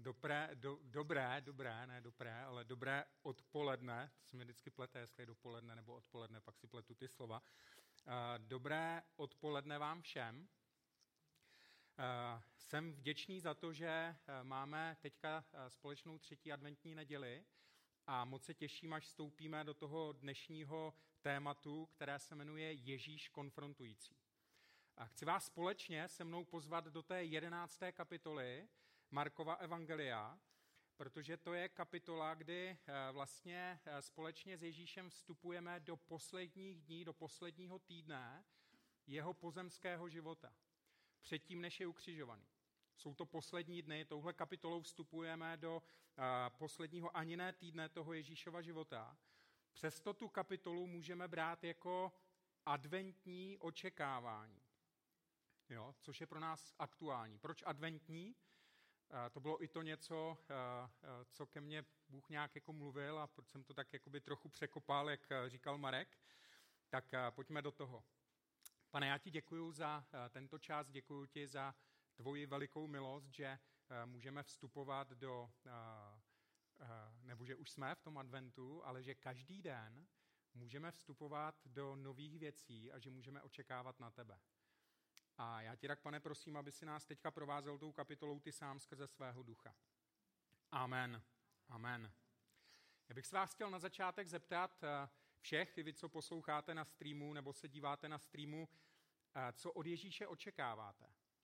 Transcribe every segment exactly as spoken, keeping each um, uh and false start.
Dobré, do, dobré, dobré, ne dobré, ale dobré odpoledne, to se mi vždycky plete, jestli je dopoledne nebo odpoledne, pak si pletu ty slova. Dobré odpoledne vám všem. Jsem vděčný za to, že máme teďka společnou třetí adventní neděli a moc se těším, až vstoupíme do toho dnešního tématu, které se jmenuje Ježíš konfrontující. A chci vás společně se mnou pozvat do té jedenácté kapitoly Markova evangelia, protože to je kapitola, kdy vlastně společně s Ježíšem vstupujeme do posledních dní, do posledního týdne jeho pozemského života, předtím, než je ukřižovaný. Jsou to poslední dny, touhle kapitolou vstupujeme do posledního ani ne týdne toho Ježíšova života. Přesto tu kapitolu můžeme brát jako adventní očekávání, jo, což je pro nás aktuální. Proč adventní? To bylo i to něco, co ke mně Bůh nějak jako mluvil a proč jsem to tak jakoby trochu překopal, jak říkal Marek. Tak pojďme do toho. Pane, já ti děkuju za tento čas, děkuju ti za tvoji velikou milost, že můžeme vstupovat do, nebo že už jsme v tom adventu, ale že každý den můžeme vstupovat do nových věcí a že můžeme očekávat na tebe. A já tě tak, Pane, prosím, aby si nás teďka provázel tou kapitolou ty sám skrze svého ducha. Amen. Amen. Já bych se vás chtěl na začátek zeptat všech, vy, co posloucháte na streamu nebo se díváte na streamu, co od Ježíše očekáváte.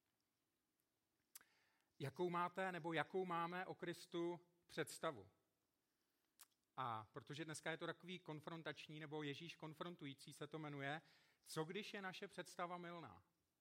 Jakou máte nebo jakou máme o Kristu představu. A protože dneska je to takový konfrontační, nebo Ježíš konfrontující se to jmenuje, co když je naše představa mylná?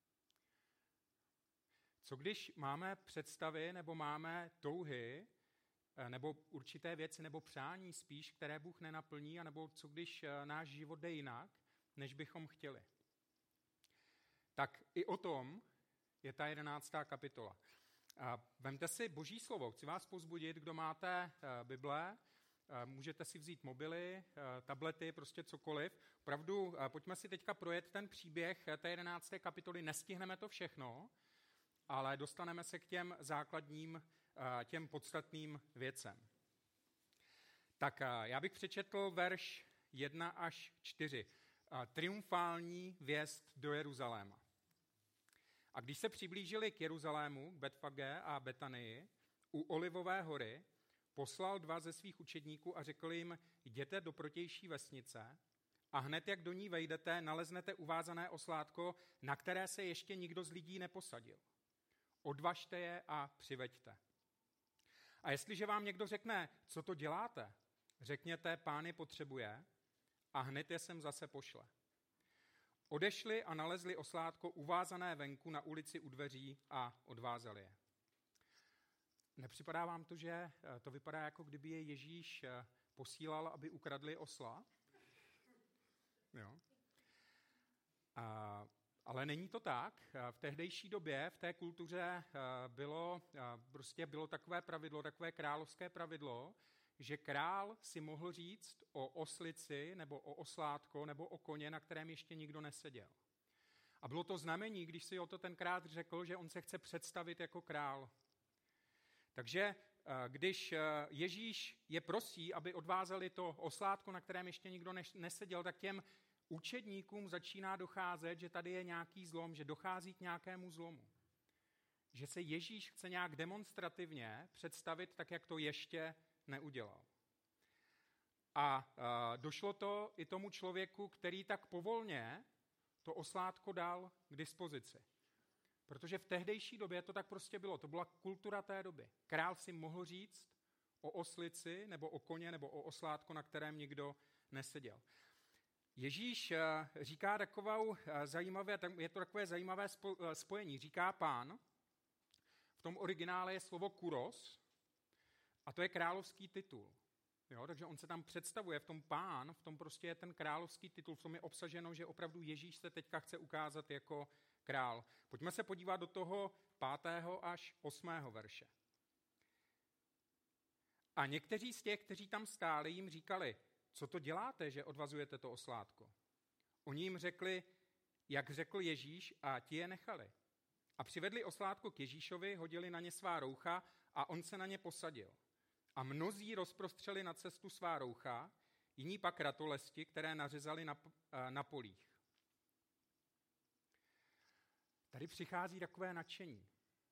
Co když máme představy nebo máme touhy nebo určité věci nebo přání spíš, které Bůh nenaplní, anebo co když náš život jde jinak, než bychom chtěli? Tak i o tom je ta jedenáctá kapitola. Vemte si Boží slovo. Chci vás povzbudit, kdo máte Bible, můžete si vzít mobily, tablety, prostě cokoliv. Opravdu, pojďme si teďka projet ten příběh té jedenácté kapitoly. Nestihneme to všechno, ale dostaneme se k těm základním, těm podstatným věcem. Tak já bych přečetl verš jedna až čtyři. Triumfální vjezd do Jeruzaléma. A když se přiblížili k Jeruzalému, k Betfage a Betanii, u Olivové hory, poslal dva ze svých učedníků a řekl jim, jděte do protější vesnice a hned, jak do ní vejdete, naleznete uvázané oslátko, na které se ještě nikdo z lidí neposadil. Odvažte je a přiveďte. A jestliže vám někdo řekne, co to děláte, řekněte, Pán je potřebuje a hned je sem zase pošle. Odešli a nalezli oslátko uvázané venku na ulici u dveří a odvázali je. Nepřipadá vám to, že to vypadá, jako kdyby je Ježíš posílal, aby ukradli osla? Jo. A, ale není to tak. V tehdejší době, v té kultuře bylo, prostě bylo takové pravidlo, takové královské pravidlo, že král si mohl říct o oslici nebo o oslátko nebo o koně, na kterém ještě nikdo neseděl. A bylo to znamení, když si o to ten král řekl, že on se chce představit jako král. Takže když Ježíš je prosí, aby odvázeli to oslátko, na kterém ještě nikdo neseděl, tak těm učedníkům začíná docházet, že tady je nějaký zlom, že dochází k nějakému zlomu. Že se Ježíš chce nějak demonstrativně představit tak, jak to ještě neudělal. A došlo to i tomu člověku, který tak povolně to oslátko dal k dispozici. Protože v tehdejší době to tak prostě bylo. To byla kultura té doby. Král si mohl říct o oslici nebo o koně nebo o oslátko, na kterém nikdo neseděl. Ježíš říká takovou zajímavé, je to takové zajímavé spojení. Říká Pán, v tom originále je slovo kuros a to je královský titul. Jo, takže on se tam představuje, v tom Pán, v tom prostě je ten královský titul, v tom je obsaženo, že opravdu Ježíš se teďka chce ukázat jako král. Pojďme se podívat do toho pátého až osmého verše. A někteří z těch, kteří tam stáli, jim říkali, co to děláte, že odvazujete to oslátko? Oni jim řekli, jak řekl Ježíš, a ti je nechali. A přivedli oslátko k Ježíšovi, hodili na ně svá roucha a on se na ně posadil. A mnozí rozprostřeli na cestu svá roucha, jiní pak ratolesti, které nařezali na, na polích. Tady přichází takové nadšení.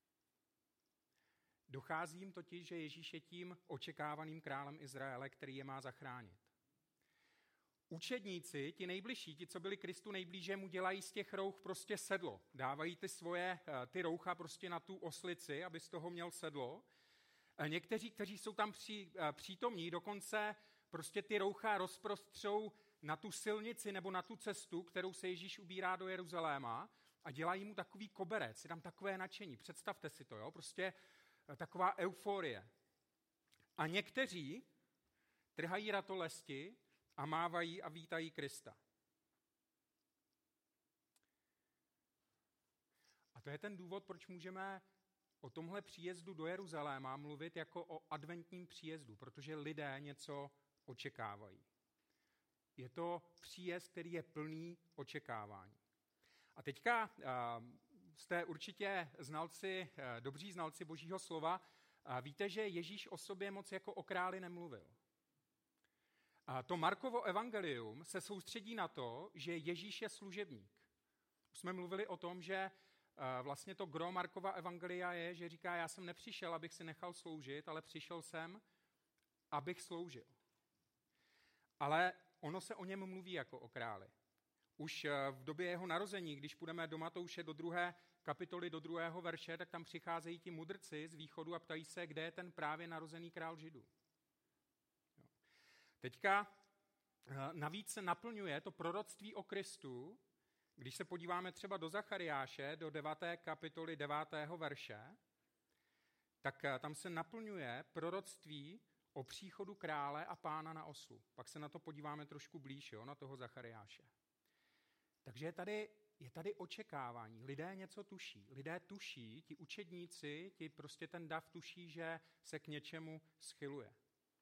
Dochází jim totiž, že Ježíš je tím očekávaným králem Izraele, který je má zachránit. Učedníci, ti nejbližší, ti, co byli Kristu nejblíže, mu dělají z těch rouch prostě sedlo. Dávají ty svoje, ty roucha prostě na tu oslici, aby z toho měl sedlo. Někteří, kteří jsou tam při, přítomní, dokonce prostě ty roucha rozprostřou na tu silnici nebo na tu cestu, kterou se Ježíš ubírá do Jeruzaléma a dělají mu takový koberec. Je tam takové nadšení. Představte si to, jo? Prostě taková euforie. A někteří trhají ratolesti a mávají a vítají Krista. A to je ten důvod, proč můžeme o tomhle příjezdu do Jeruzaléma mluvit jako o adventním příjezdu, protože lidé něco očekávají. Je to příjezd, který je plný očekávání. A teďka uh, jste určitě znalci, uh, dobří znalci Božího slova, uh, víte, že Ježíš o sobě moc jako o králi nemluvil. A to Markovo evangelium se soustředí na to, že Ježíš je služebník. Už jsme mluvili o tom, že vlastně to gro Markova evangelia je, že říká, já jsem nepřišel, abych si nechal sloužit, ale přišel jsem, abych sloužil. Ale ono se o něm mluví jako o králi. Už v době jeho narození, když půjdeme do Matouše do druhé kapitoly, do druhého verše, tak tam přicházejí ti mudrci z východu a ptají se, kde je ten právě narozený král Židů. Teďka navíc se naplňuje to proroctví o Kristu, když se podíváme třeba do Zachariáše, do deváté kapitoly devátého verše, tak tam se naplňuje proroctví o příchodu krále a pána na oslu. Pak se na to podíváme trošku blíž, jo, na toho Zachariáše. Takže je tady, je tady očekávání. Lidé něco tuší. Lidé tuší, ti učedníci, ti prostě ten dav tuší, že se k něčemu schyluje.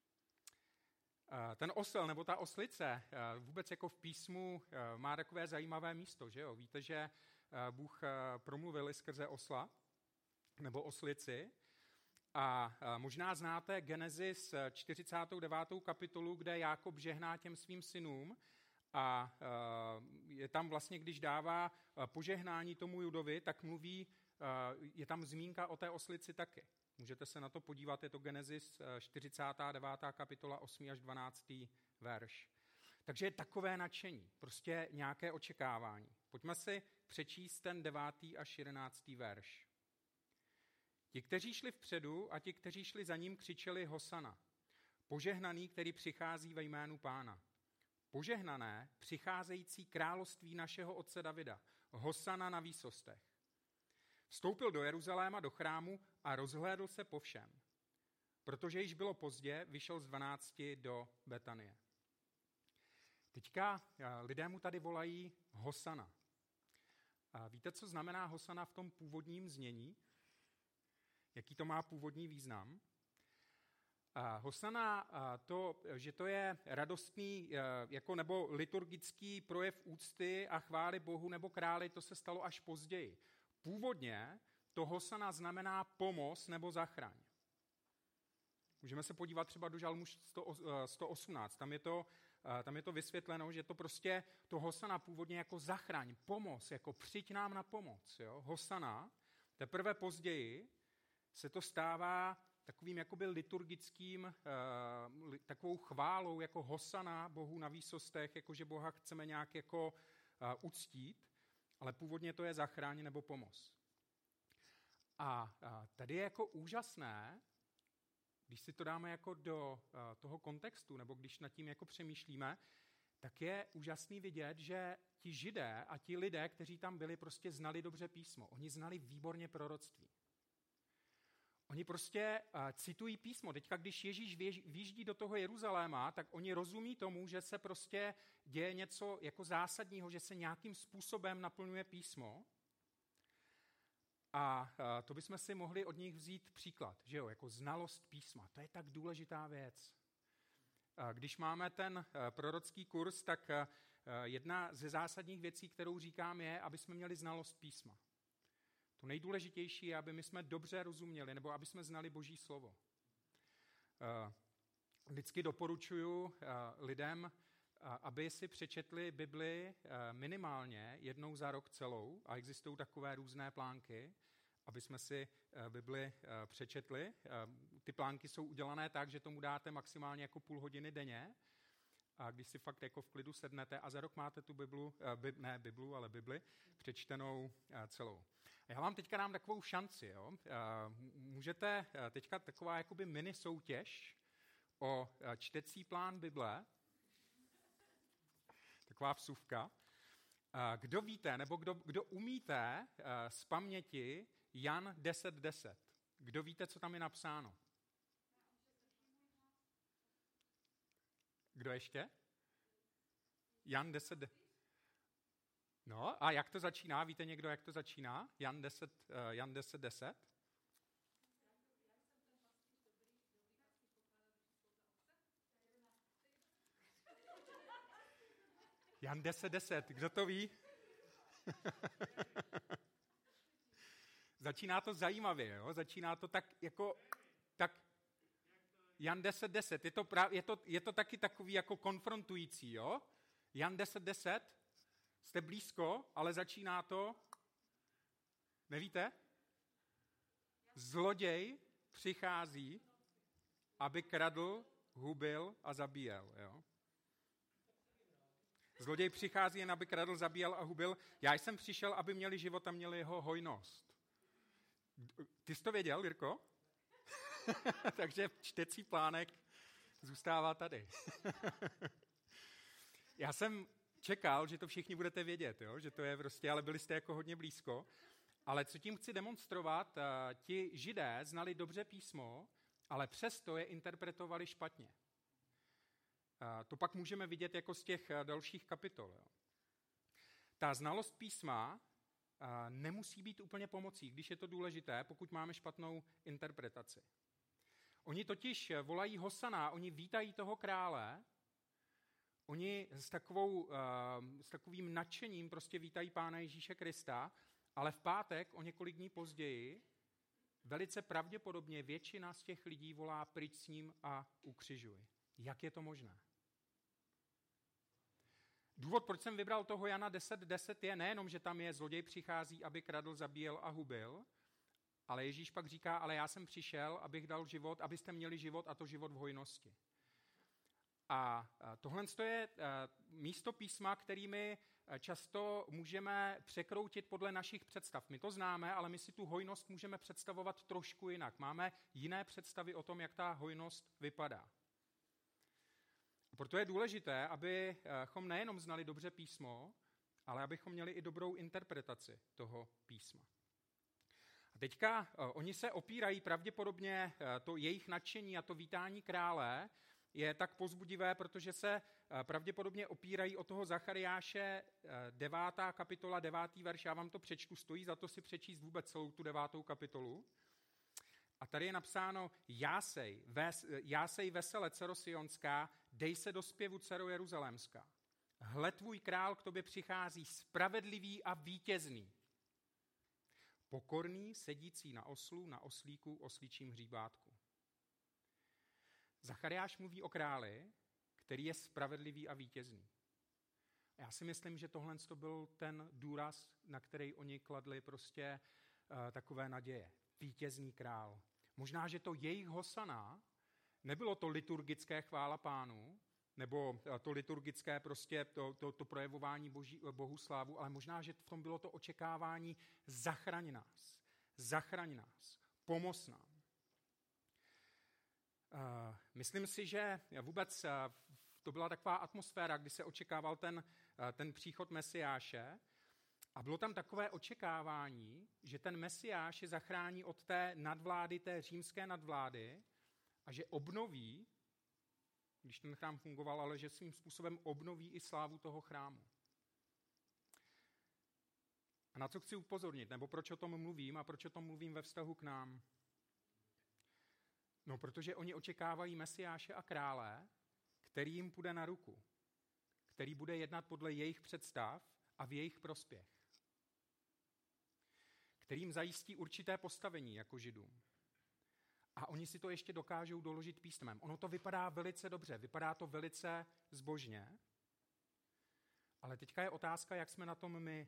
Ten osel nebo ta oslice vůbec jako v písmu má takové zajímavé místo, že jo? Víte, že Bůh promluvil skrze osla nebo oslici a možná znáte Genesis čtyřicátou devátou kapitolu, kde Jákob žehná těm svým synům a je tam vlastně, když dává požehnání tomu Judovi, tak mluví, je tam zmínka o té oslici taky. Můžete se na to podívat, je to Genesis čtyřicátá devátá kapitola osmý až dvanáctý verš. Takže je takové nadšení, prostě nějaké očekávání. Pojďme si přečíst ten devátý až jedenáctý verš. Ti, kteří šli vpředu a ti, kteří šli za ním, křičeli Hosana. Požehnaný, který přichází ve jménu Pána. Požehnané, přicházející království našeho otce Davida. Hosana na výsostech. Vstoupil do Jeruzaléma, do chrámu a rozhlédl se po všem. Protože již bylo pozdě, vyšel z dvanácti do Betanie. Teďka lidé mu tady volají Hosana. A víte, co znamená Hosana v tom původním znění? Jaký to má původní význam? A Hosana, to, že to je radostný jako nebo liturgický projev úcty a chvály Bohu nebo králi, to se stalo až později. Původně to Hosana znamená pomoc nebo zachraň. Můžeme se podívat třeba do Žalmu sto osmnáct. Tam je to, tam je to vysvětleno, že to prostě to Hosana původně jako zachraň, pomoc, jako přijď nám na pomoc. Jo? Hosana, teprve později se to stává takovým jakoby liturgickým, takovou chválou jako Hosana Bohu na výsostech, jako že Boha chceme nějak jako uctít, ale původně to je zachráň nebo pomoc. A tady je jako úžasné, když si to dáme jako do toho kontextu, nebo když nad tím jako přemýšlíme, tak je úžasný vidět, že ti Židé a ti lidé, kteří tam byli, prostě znali dobře písmo. Oni znali výborně proroctví. Oni prostě uh, citují písmo. Teďka, když Ježíš výjíždí do toho Jeruzaléma, tak oni rozumí tomu, že se prostě děje něco jako zásadního, že se nějakým způsobem naplňuje písmo. A uh, to bychom si mohli od nich vzít příklad, že jo, jako znalost písma. To je tak důležitá věc. Uh, když máme ten uh, prorocký kurz, tak uh, jedna ze zásadních věcí, kterou říkám, je, aby jsme měli znalost písma. To nejdůležitější je, aby my jsme dobře rozuměli, nebo aby jsme znali Boží slovo. Vždycky doporučuji lidem, aby si přečetli Bibli minimálně jednou za rok celou, a existují takové různé plánky, aby jsme si Bibli přečetli. Ty plánky jsou udělané tak, že tomu dáte maximálně jako půl hodiny denně, a když si fakt jako v klidu sednete a za rok máte tu Biblu, ne Biblu, ale Bibli, přečtenou celou. Já vám teďka dám takovou šanci. Jo? Můžete teďka taková jakoby mini soutěž o čtecí plán Bible, taková vsuvka. Kdo víte, nebo kdo, kdo umíte z paměti Jan deset deset? Kdo víte, co tam je napsáno? Kdo ještě? Jan deset. No a jak to začíná? Víte někdo, jak to začíná? Jan deset, uh, Jan deset deset? Jan deset deset, kdo to ví? Začíná to zajímavě, jo? Začíná to tak jako... tak. Jan deset deset, je to, prav, je, to, je to taky takový jako konfrontující, jo? Jan deset deset, jste blízko, ale začíná to, nevíte? Zloděj přichází, aby kradl, hubil a zabíjel, jo? Zloděj přichází jen, aby kradl, zabíjel a hubil. Já jsem přišel, aby měli život a měli jeho hojnost. Ty jsi to věděl, Jirko? Takže čtecí plánek zůstává tady. Já jsem čekal, že to všichni budete vědět, jo? Že to je prostě, ale byli jste jako hodně blízko. Ale co tím chci demonstrovat, ti Židé znali dobře písmo, ale přesto je interpretovali špatně. To pak můžeme vidět jako z těch dalších kapitol. Jo? Ta znalost písma nemusí být úplně pomocí, když je to důležité, pokud máme špatnou interpretaci. Oni totiž volají Hosana, oni vítají toho krále, oni s, takovou, s takovým nadšením prostě vítají Pána Ježíše Krista, ale v pátek, o několik dní později, velice pravděpodobně většina z těch lidí volá pryč s ním a ukřižuj. Jak je to možné? Důvod, proč jsem vybral toho Jana deset deset je nejenom, že tam je zloděj přichází, aby kradl, zabíjel a hubil, ale Ježíš pak říká, ale já jsem přišel, abych dal život, abyste měli život a to život v hojnosti. A tohle je místo písma, kterými často můžeme překroutit podle našich představ. My to známe, ale my si tu hojnost můžeme představovat trošku jinak. Máme jiné představy o tom, jak ta hojnost vypadá. Proto je důležité, abychom nejenom znali dobře písmo, ale abychom měli i dobrou interpretaci toho písma. A teďka oni se opírají pravděpodobně, to jejich nadšení a to vítání krále je tak povzbudivé, protože se pravděpodobně opírají o toho Zachariáše devátá kapitola, devátý verš, já vám to přečtu, stojí za to si přečíst vůbec celou tu devátou kapitolu. A tady je napsáno, jásej, ves, jásej vesele, dcero Sionská, dej se do zpěvu, dcero Jeruzalémská. Hle, tvůj král k tobě přichází, spravedlivý a vítězný. Pokorný, sedící na oslu, na oslíku, oslíčím hříbátku. Zachariáš mluví o králi, který je spravedlivý a vítězný. A já si myslím, že tohle to byl ten důraz, na který oni kladli prostě uh, takové naděje. Vítězný král. Možná, že to jejich hosana nebylo to liturgické chvála Pánu, nebo to liturgické prostě to, to, to projevování boží, Bohu slávu, ale možná, že v tom bylo to očekávání zachraň nás, zachraň nás, pomoz nám. Uh, myslím si, že vůbec uh, to byla taková atmosféra, kdy se očekával ten, uh, ten příchod Mesiáše a bylo tam takové očekávání, že ten Mesiáš je zachrání od té nadvlády, té římské nadvlády a že obnoví, když ten chrám fungoval, ale že svým způsobem obnoví i slávu toho chrámu. A na co chci upozornit, nebo proč o tom mluvím a proč o tom mluvím ve vztahu k nám? No, protože oni očekávají Mesiáše a krále, který jim půjde na ruku, který bude jednat podle jejich představ a v jejich prospěch. kterým zajistí určité postavení jako Židům. A oni si to ještě dokážou doložit písmem. Ono to vypadá velice dobře, vypadá to velice zbožně, ale teďka je otázka, jak jsme na tom my.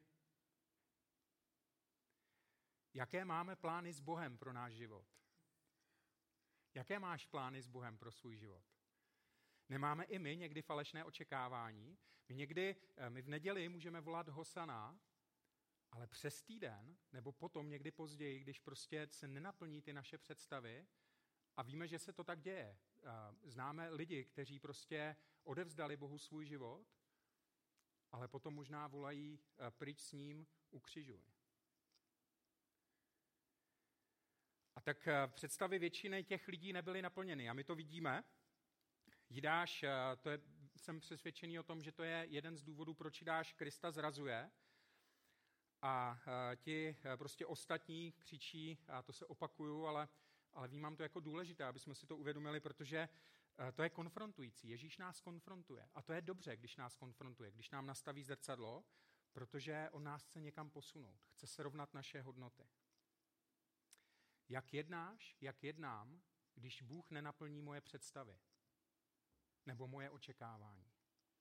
Jaké máme plány s Bohem pro náš život? Jaké máš plány s Bohem pro svůj život? Nemáme i my někdy falešné očekávání? My někdy, my v neděli můžeme volat Hosana, ale přes týden, nebo potom někdy později, když prostě se nenaplní ty naše představy, a víme, že se to tak děje. Známe lidi, kteří prostě odevzdali Bohu svůj život, ale potom možná volají pryč s ním, ukřižuj. A tak představy většiny těch lidí nebyly naplněny. A my to vidíme. Jidáš, to je, jsem přesvědčený o tom, že to je jeden z důvodů, proč Jidáš Krista zrazuje. A ti prostě ostatní křičí, a to se opakuju, ale, ale vnímám to jako důležité, aby jsme si to uvědomili, protože to je konfrontující. Ježíš nás konfrontuje. A to je dobře, když nás konfrontuje, když nám nastaví zrcadlo, protože on nás chce někam posunout. Chce se rovnat naše hodnoty. Jak jednáš, jak jednám, když Bůh nenaplní moje představy nebo moje očekávání?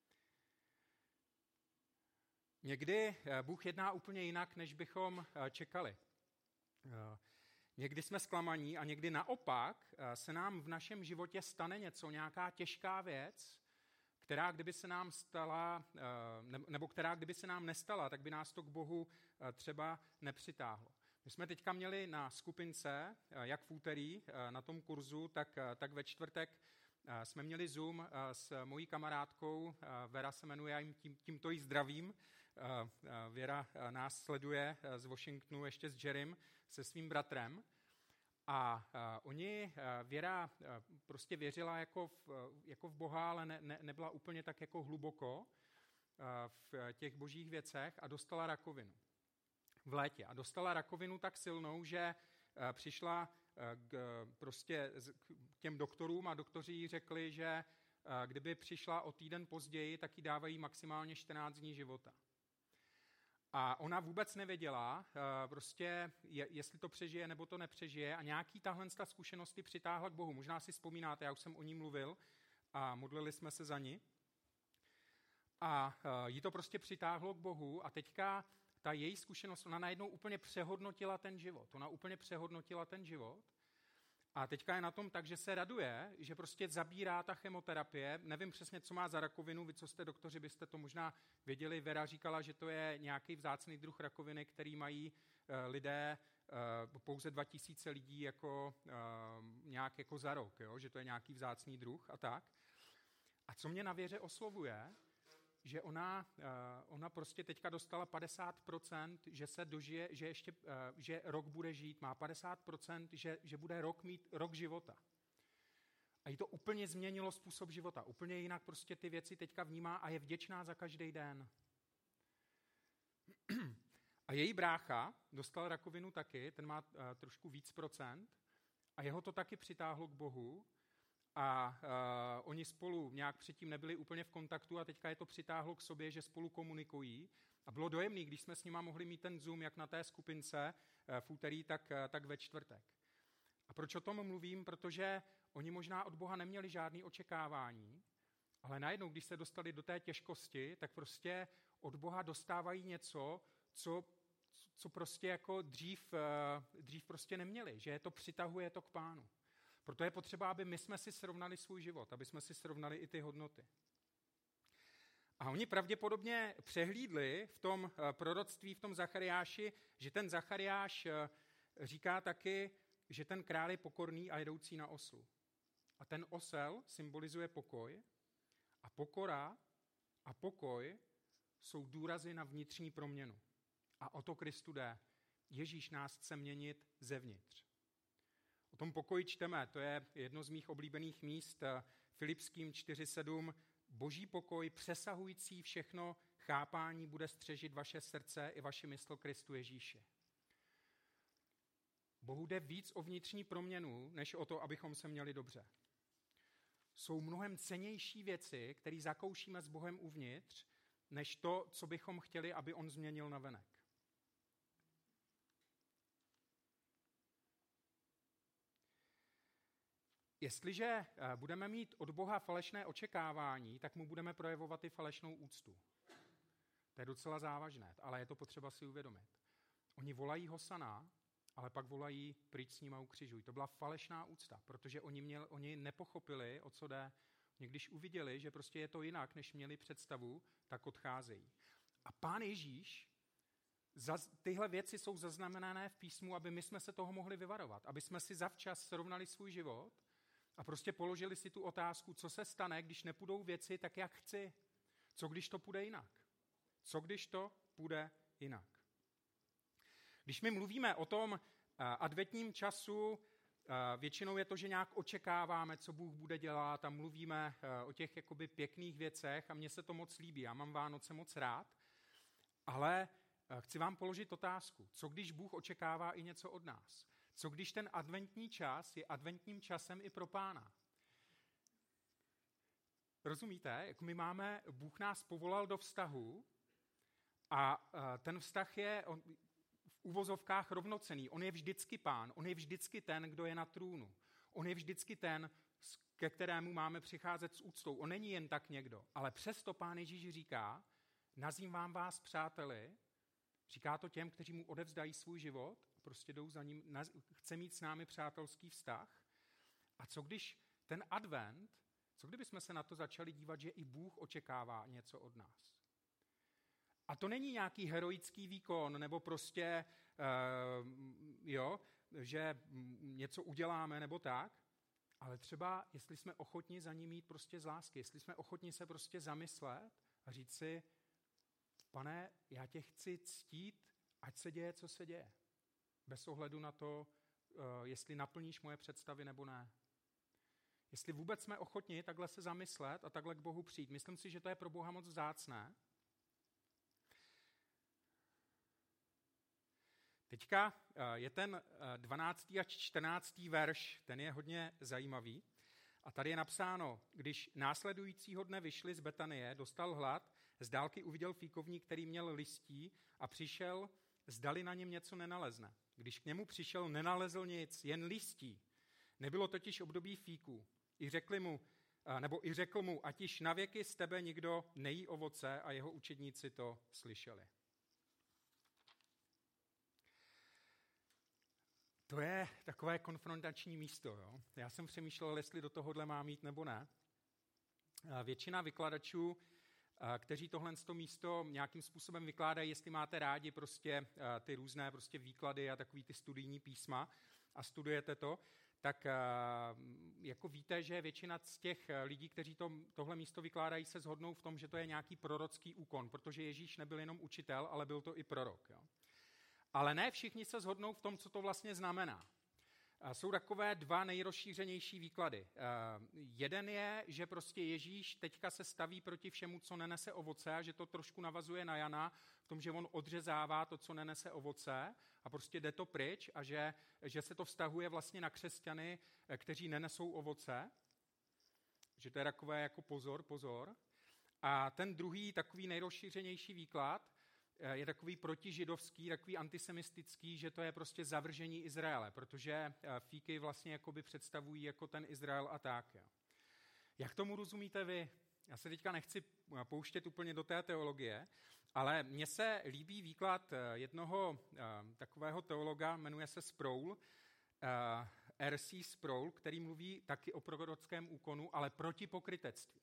Někdy Bůh jedná úplně jinak, než bychom čekali. Někdy jsme zklamaní a někdy naopak se nám v našem životě stane něco, nějaká těžká věc, která kdyby se nám stala, nebo která kdyby se nám nestala, tak by nás to k Bohu třeba nepřitáhlo. My jsme teďka měli na skupince, jak v úterý na tom kurzu, tak, tak ve čtvrtek jsme měli Zoom s mojí kamarádkou, Vera se jmenuje, já jim tím, tímto jí zdravím. Věra nás sleduje z Washingtonu ještě s Jerrym, se svým bratrem. A oni, Věra prostě věřila jako v, jako v Boha, ale ne, ne, nebyla úplně tak jako hluboko v těch božích věcech a dostala rakovinu v létě. A dostala rakovinu tak silnou, že přišla k, prostě k těm doktorům a doktoři jí řekli, že kdyby přišla o týden později, tak jí dávají maximálně čtrnáct dní života. A ona vůbec nevěděla, prostě, jestli to přežije nebo to nepřežije a nějaký tahle zkušenosti přitáhla k Bohu. Možná si vzpomínáte, já už jsem o ní mluvil a modlili jsme se za ní. A jí to prostě přitáhlo k Bohu a teďka ta její zkušenost, ona najednou úplně přehodnotila ten život. Ona úplně přehodnotila ten život a teďka je na tom tak, že se raduje, že prostě zabírá ta chemoterapie. Nevím přesně, co má za rakovinu, vy, co jste doktoři, byste to možná věděli. Vera říkala, že to je nějaký vzácný druh rakoviny, který mají uh, lidé, uh, pouze dva tisíce lidí jako, uh, nějak jako za rok, jo? Že to je nějaký vzácný druh a tak. A co mě na Věře oslovuje, že ona, uh, ona prostě teďka dostala padesát procent, že se dožije, že ještě, uh, že rok bude žít, má padesát procent, že, že bude rok mít rok života. A jí to úplně změnilo způsob života. Úplně jinak prostě ty věci teďka vnímá a je vděčná za každý den. A její brácha dostal rakovinu taky, ten má uh, trošku víc procent a jeho to taky přitáhlo k Bohu. A uh, oni spolu nějak předtím nebyli úplně v kontaktu a teďka je to přitáhlo k sobě, že spolu komunikují. A bylo dojemný, když jsme s nima mohli mít ten Zoom, jak na té skupince uh, v úterý, tak, uh, tak ve čtvrtek. A proč o tom mluvím? Protože oni možná od Boha neměli žádné očekávání, ale najednou, když se dostali do té těžkosti, tak prostě od Boha dostávají něco, co, co prostě jako dřív, uh, dřív prostě neměli, že je to přitahuje to k Pánu. Proto je potřeba, aby my jsme si srovnali svůj život, aby jsme si srovnali i ty hodnoty. A oni pravděpodobně přehlídli v tom proroctví, v tom Zachariáši, že ten Zachariáš říká taky, že ten král je pokorný a jedoucí na oslu. A ten osel symbolizuje pokoj a pokora a pokoj jsou důrazy na vnitřní proměnu. A o to Kristu jde. Ježíš nás chce měnit zevnitř. O tom pokoji čteme, to je jedno z mých oblíbených míst, Filipským čtyři sedm. Boží pokoj, přesahující všechno chápání, bude střežit vaše srdce i vaši mysl Kristu Ježíši. Bohu jde víc o vnitřní proměnu, než o to, abychom se měli dobře. Jsou mnohem cennější věci, které zakoušíme s Bohem uvnitř, než to, co bychom chtěli, aby on změnil navenek. Jestliže budeme mít od Boha falešné očekávání, tak mu budeme projevovat i falešnou úctu. To je docela závažné, ale je to potřeba si uvědomit. Oni volají Hosana, ale pak volají pryč s nima ukřižuj. To byla falešná úcta, protože oni, měl, oni nepochopili, o co jde. Oni když uviděli, že prostě je to jinak, než měli představu, tak odcházejí. A Pán Ježíš, zaz, tyhle věci jsou zaznamenané v písmu, aby my jsme se toho mohli vyvarovat, aby jsme si zavčas srovnali svůj život a prostě položili si tu otázku, co se stane, když nepůjdou věci tak, jak chci. Co když to půjde jinak? Co když to půjde jinak? Když my mluvíme o tom adventním času, většinou je to, že nějak očekáváme, co Bůh bude dělat a mluvíme o těch jakoby pěkných věcech a mně se to moc líbí, já mám Vánoce moc rád, ale chci vám položit otázku, co když Bůh očekává i něco od nás? Co když ten adventní čas je adventním časem i pro Pána? Rozumíte? Jak my máme, Bůh nás povolal do vztahu a ten vztah je on, v uvozovkách rovnocenný. On je vždycky Pán, on je vždycky ten, kdo je na trůnu. On je vždycky ten, ke kterému máme přicházet s úctou. On není jen tak někdo. Ale přesto Pán Ježíš říká, nazývám vás přáteli, říká to těm, kteří mu odevzdají svůj život, prostě jdou za ním, chce mít s námi přátelský vztah. A co když ten advent, co kdybychom se na to začali dívat, že i Bůh očekává něco od nás? A to není nějaký heroický výkon, nebo prostě, uh, jo, že něco uděláme, nebo tak, ale třeba, jestli jsme ochotni za ním jít prostě z lásky, jestli jsme ochotni se prostě zamyslet a říct si, Pane, já tě chci ctít, ať se děje, co se děje. Bez ohledu na to, uh, jestli naplníš moje představy, nebo ne. Jestli vůbec jsme ochotni takhle se zamyslet a takhle k Bohu přijít. Myslím si, že to je pro Boha moc vzácné. Teďka je ten dvanáctý až čtrnáctý verš, ten je hodně zajímavý. A tady je napsáno, když následujícího dne vyšli z Betanie, dostal hlad, z dálky uviděl fíkovník, který měl listí a přišel, zdali na něm něco nenalezne. Když k němu přišel, nenalezl nic, jen listí. Nebylo totiž období fíků. I řekli mu, nebo i řekl mu, ať již navěky z tebe nikdo nejí ovoce, a jeho učedníci to slyšeli. To je takové konfrontační místo. Jo? Já jsem přemýšlel, jestli do tohohle mám jít nebo ne. Většina vykladačů, kteří tohle místo nějakým způsobem vykládají, jestli máte rádi prostě ty různé prostě výklady a takový ty studijní písma a studujete to, tak jako víte, že většina z těch lidí, kteří to, tohle místo vykládají, se shodnou v tom, že to je nějaký prorocký úkon, protože Ježíš nebyl jenom učitel, ale byl to i prorok. Jo? Ale ne všichni se shodnou v tom, co to vlastně znamená. Jsou takové dva nejrozšířenější výklady. Jeden je, že prostě Ježíš teďka se staví proti všemu, co nenese ovoce, a že to trošku navazuje na Jana v tom, že on odřezává to, co nenese ovoce, a prostě jde to pryč, a že, že se to vztahuje vlastně na křesťany, kteří nenesou ovoce. Že to je takové jako pozor, pozor. A ten druhý, takový nejrozšířenější výklad, je takový protižidovský, takový antisemistický, že to je prostě zavržení Izraele, protože fíky vlastně jakoby představují jako ten Izrael a tak. Jo. Jak tomu rozumíte vy? Já se teďka nechci pouštět úplně do té teologie, ale mně se líbí výklad jednoho takového teologa, jmenuje se Sproul, R C Sproul, který mluví taky o prorockém úkonu, ale proti pokrytectví.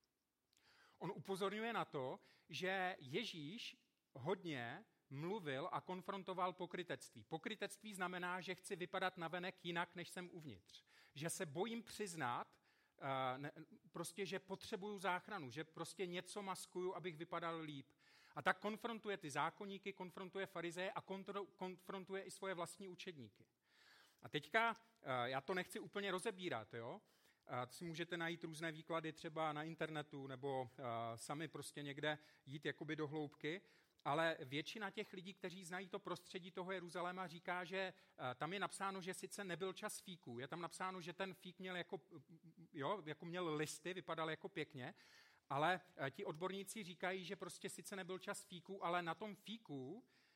On upozorňuje na to, že Ježíš hodně mluvil a konfrontoval pokrytectví. Pokrytectví znamená, že chci vypadat navenek jinak, než jsem uvnitř. Že se bojím přiznat, uh, ne, prostě, že potřebuju záchranu, že prostě něco maskuju, abych vypadal líp. A tak konfrontuje ty zákonníky, konfrontuje farizeje a kontro, konfrontuje i svoje vlastní učedníky. A teďka, uh, já to nechci úplně rozebírat, jo? Uh, si můžete najít různé výklady třeba na internetu, nebo uh, sami prostě někde jít jakoby do hloubky, ale většina těch lidí, kteří znají to prostředí toho Jeruzaléma, říká, že tam je napsáno, že sice nebyl čas fíků. Je tam napsáno, že ten fík měl jako, jo, jako měl listy, vypadal jako pěkně, ale ti odborníci říkají, že prostě sice nebyl čas fíků, ale na tom fíku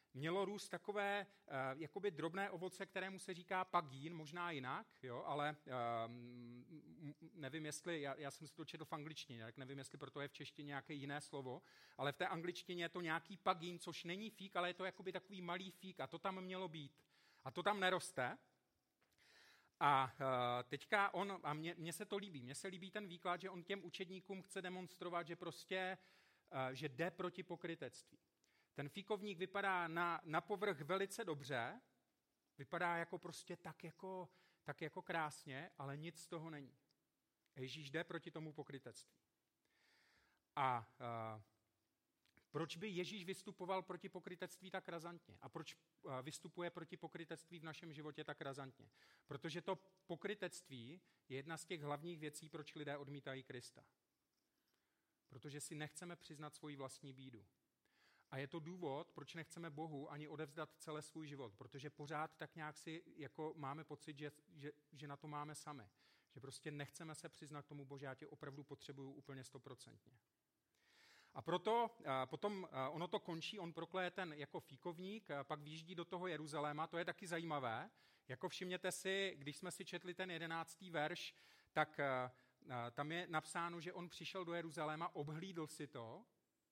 mělo růst takové uh, jakoby drobné ovoce, kterému se říká pagín, možná jinak, jo, ale uh, nevím, jestli, já, já jsem si to četl v angličtině, tak nevím, jestli proto je v češtině nějaké jiné slovo, ale v té angličtině je to nějaký pagín, což není fík, ale je to jakoby takový malý fík a to tam mělo být. A to tam neroste. A uh, teďka on, a mně, mně se to líbí, mně se líbí ten výklad, že on těm učedníkům chce demonstrovat, že prostě, uh, že jde proti pokrytectví. Ten fíkovník vypadá na, na povrch velice dobře, vypadá jako prostě tak jako, tak jako krásně, ale nic z toho není. Ježíš jde proti tomu pokrytectví. A uh, proč by Ježíš vystupoval proti pokrytectví tak razantně? A proč uh, vystupuje proti pokrytectví v našem životě tak razantně? Protože to pokrytectví je jedna z těch hlavních věcí, proč lidé odmítají Krista. Protože si nechceme přiznat svoji vlastní bídu. A je to důvod, proč nechceme Bohu ani odevzdat celý svůj život, protože pořád tak nějak si jako máme pocit, že, že, že na to máme sami. Že prostě nechceme se přiznat tomu, Bože, já tě opravdu potřebuju úplně stoprocentně. A proto a potom a ono to končí, on prokleje ten jako fíkovník, a pak výjíždí do toho Jeruzaléma, to je taky zajímavé. Jako všimněte si, když jsme si četli ten jedenáctý verš, tak a, a, tam je napsáno, že on přišel do Jeruzaléma, obhlídl si to,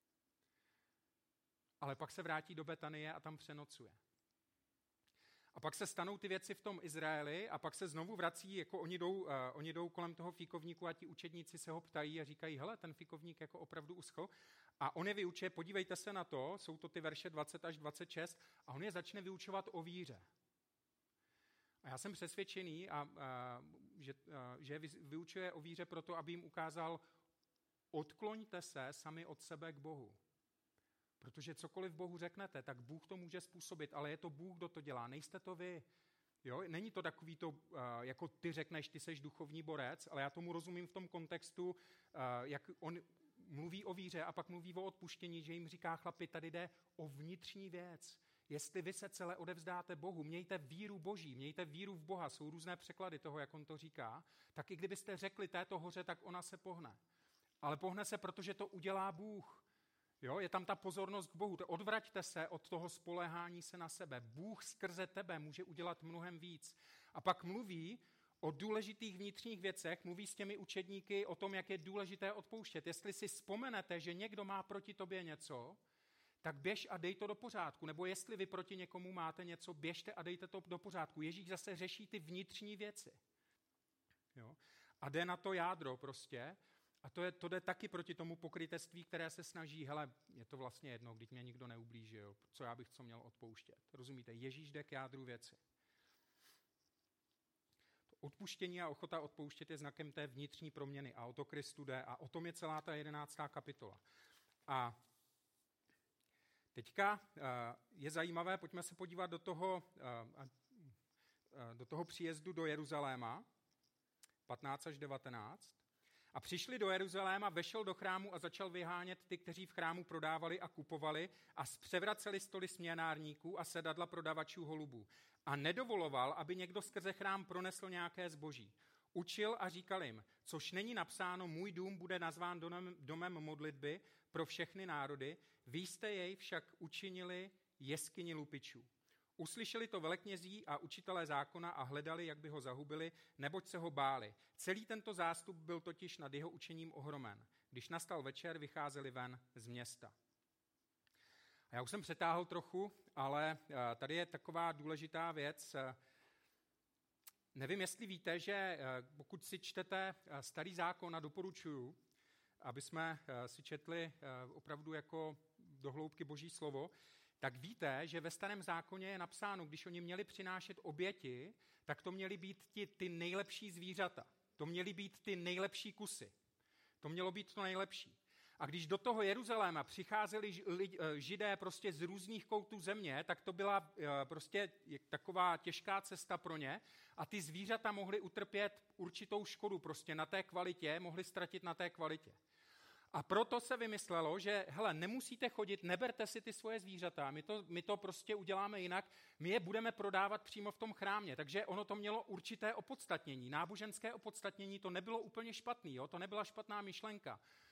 ale pak se vrátí do Betanie a tam přenocuje. A pak se stanou ty věci v tom Izraeli a pak se znovu vrací, jako oni jdou, uh, oni jdou kolem toho fíkovníku a ti učedníci se ho ptají a říkají, hele, ten fíkovník jako opravdu uschl. A on je vyučuje, podívejte se na to, jsou to ty verše dvacet až dvacet šest a on je začne vyučovat o víře. A já jsem přesvědčený, a, a, že, a, že je vyučuje o víře proto, aby jim ukázal, odkloňte se sami od sebe k Bohu. Protože cokoliv Bohu řeknete, tak Bůh to může způsobit, ale je to Bůh, kdo to dělá, nejste to vy. Jo? Není to takový to, jako ty řekneš, ty seš duchovní borec, ale já tomu rozumím v tom kontextu, jak on mluví o víře a pak mluví o odpuštění, že jim říká, chlapi, tady jde o vnitřní věc. Jestli vy se celé odevzdáte Bohu, mějte víru Boží, mějte víru v Boha, jsou různé překlady toho, jak on to říká, tak i kdybyste řekli této hoře, tak ona se pohne. Ale pohne se, protože to udělá Bůh. Jo, je tam ta pozornost k Bohu. Odvraťte se od toho spoléhání se na sebe. Bůh skrze tebe může udělat mnohem víc. A pak mluví o důležitých vnitřních věcech, mluví s těmi učedníky o tom, jak je důležité odpouštět. Jestli si vzpomenete, že někdo má proti tobě něco, tak běž a dej to do pořádku. Nebo jestli vy proti někomu máte něco, běžte a dejte to do pořádku. Ježíš zase řeší ty vnitřní věci. Jo? A jde na to jádro prostě. A to, je, to jde taky proti tomu pokrytectví, které se snaží, hele, je to vlastně jedno, když mě nikdo neublížil, co já bych co měl odpouštět. Rozumíte? Ježíš jde k jádru věci. To odpuštění a ochota odpouštět je znakem té vnitřní proměny a o to Kristu jde a o tom je celá ta jedenáctá kapitola. A teďka je zajímavé, pojďme se podívat do toho, do toho příjezdu do Jeruzaléma, patnáct až devatenáct. A přišli do Jeruzaléma, vešel do chrámu a začal vyhánět ty, kteří v chrámu prodávali a kupovali a zpřevraceli stoly směnárníků a sedadla prodavačů holubů. A nedovoloval, aby někdo skrze chrám pronesl nějaké zboží. Učil a říkal jim, což není napsáno, můj dům bude nazván domem, domem modlitby pro všechny národy, vy jste jej však učinili jeskyni lupičů. Uslyšeli to veleknězí a učitelé zákona a hledali, jak by ho zahubili, neboť se ho báli. Celý tento zástup byl totiž nad jeho učením ohromen. Když nastal večer, vycházeli ven z města. A já už jsem přetáhl trochu, ale tady je taková důležitá věc. Nevím, jestli víte, že pokud si čtete Starý zákon, a doporučuju, aby jsme si četli opravdu jako do hloubky Boží slovo, tak víte, že ve Starém zákoně je napsáno, když oni měli přinášet oběti, tak to měly být ti, ty nejlepší zvířata. To měly být ty nejlepší kusy. To mělo být to nejlepší. A když do toho Jeruzaléma přicházeli Židé prostě z různých koutů země, tak to byla prostě taková těžká cesta pro ně a ty zvířata mohly utrpět určitou škodu prostě na té kvalitě, mohly ztratit na té kvalitě. A proto se vymyslelo, že hele, nemusíte chodit, neberte si ty svoje zvířata, my to, my to prostě uděláme jinak, my je budeme prodávat přímo v tom chrámě. Takže ono to mělo určité opodstatnění. Náboženské opodstatnění to nebylo úplně špatný, jo? To nebyla špatná myšlenka.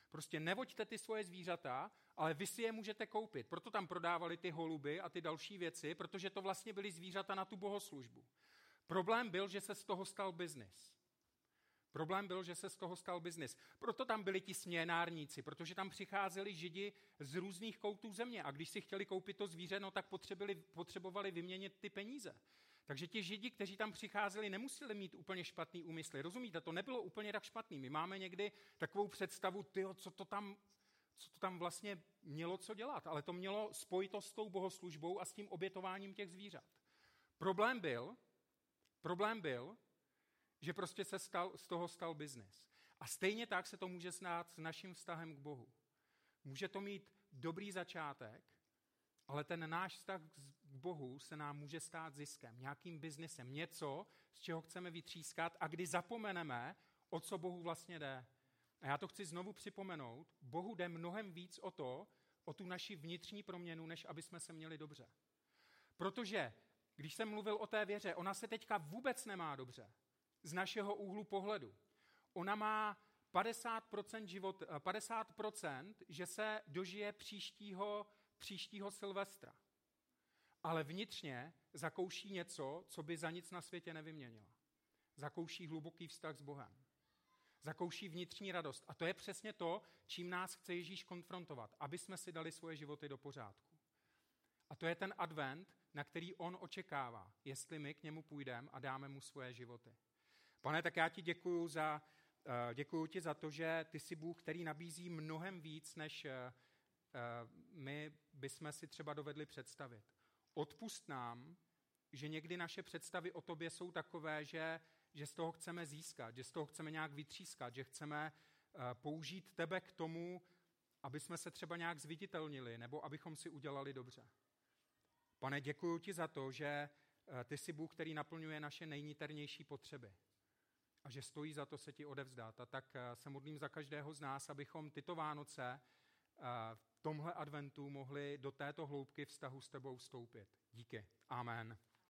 Prostě nevoďte ty svoje zvířata, ale vy si je můžete koupit. Proto tam prodávali ty holuby a ty další věci, protože to vlastně byly zvířata na tu bohoslužbu. Problém byl, že se z toho stal biznis. Problém byl, že se z toho stal biznis. Proto tam byli ti směnárníci, protože tam přicházeli Židi z různých koutů země a když si chtěli koupit to zvíře, no tak potřebovali, potřebovali vyměnit ty peníze. Takže ti Židi, kteří tam přicházeli, nemuseli mít úplně špatný úmysly. Rozumíte, to nebylo úplně tak špatný. My máme někdy takovou představu, tyjo, co to tam, co to tam vlastně mělo co dělat, ale to mělo spojitost s tou bohoslužbou a s tím obětováním těch zvířat. Problém byl, problém byl, že prostě se stal, z toho stal biznes. A stejně tak se to může stát s naším vztahem k Bohu. Může to mít dobrý začátek, ale ten náš vztah k Bohu se nám může stát ziskem, nějakým biznesem, něco, z čeho chceme vytřískat a kdy zapomeneme, o co Bohu vlastně jde. A já to chci znovu připomenout, Bohu jde mnohem víc o to, o tu naši vnitřní proměnu, než aby jsme se měli dobře. Protože, když jsem mluvil o té věře, ona se teďka vůbec nemá dobře. Z našeho úhlu pohledu. Ona má padesát procent, život, padesát procent, že se dožije příštího, příštího Silvestra. Ale vnitřně zakouší něco, co by za nic na světě nevyměnila. Zakouší hluboký vztah s Bohem. Zakouší vnitřní radost. A to je přesně to, čím nás chce Ježíš konfrontovat, aby jsme si dali svoje životy do pořádku. A to je ten advent, na který on očekává, jestli my k němu půjdeme a dáme mu svoje životy. Pane, tak já ti děkuju, za, děkuju ti za to, že ty jsi Bůh, který nabízí mnohem víc, než my bychom si třeba dovedli představit. Odpusť nám, že někdy naše představy o tobě jsou takové, že, že z toho chceme získat, že z toho chceme nějak vytřískat, že chceme použít tebe k tomu, aby jsme se třeba nějak zviditelnili nebo abychom si udělali dobře. Pane, děkuju ti za to, že ty jsi Bůh, který naplňuje naše nejniternější potřeby a že stojí za to se ti odevzdat. A tak se modlím za každého z nás, abychom tyto Vánoce v tomhle adventu mohli do této hloubky vztahu s tebou vstoupit. Díky. Amen.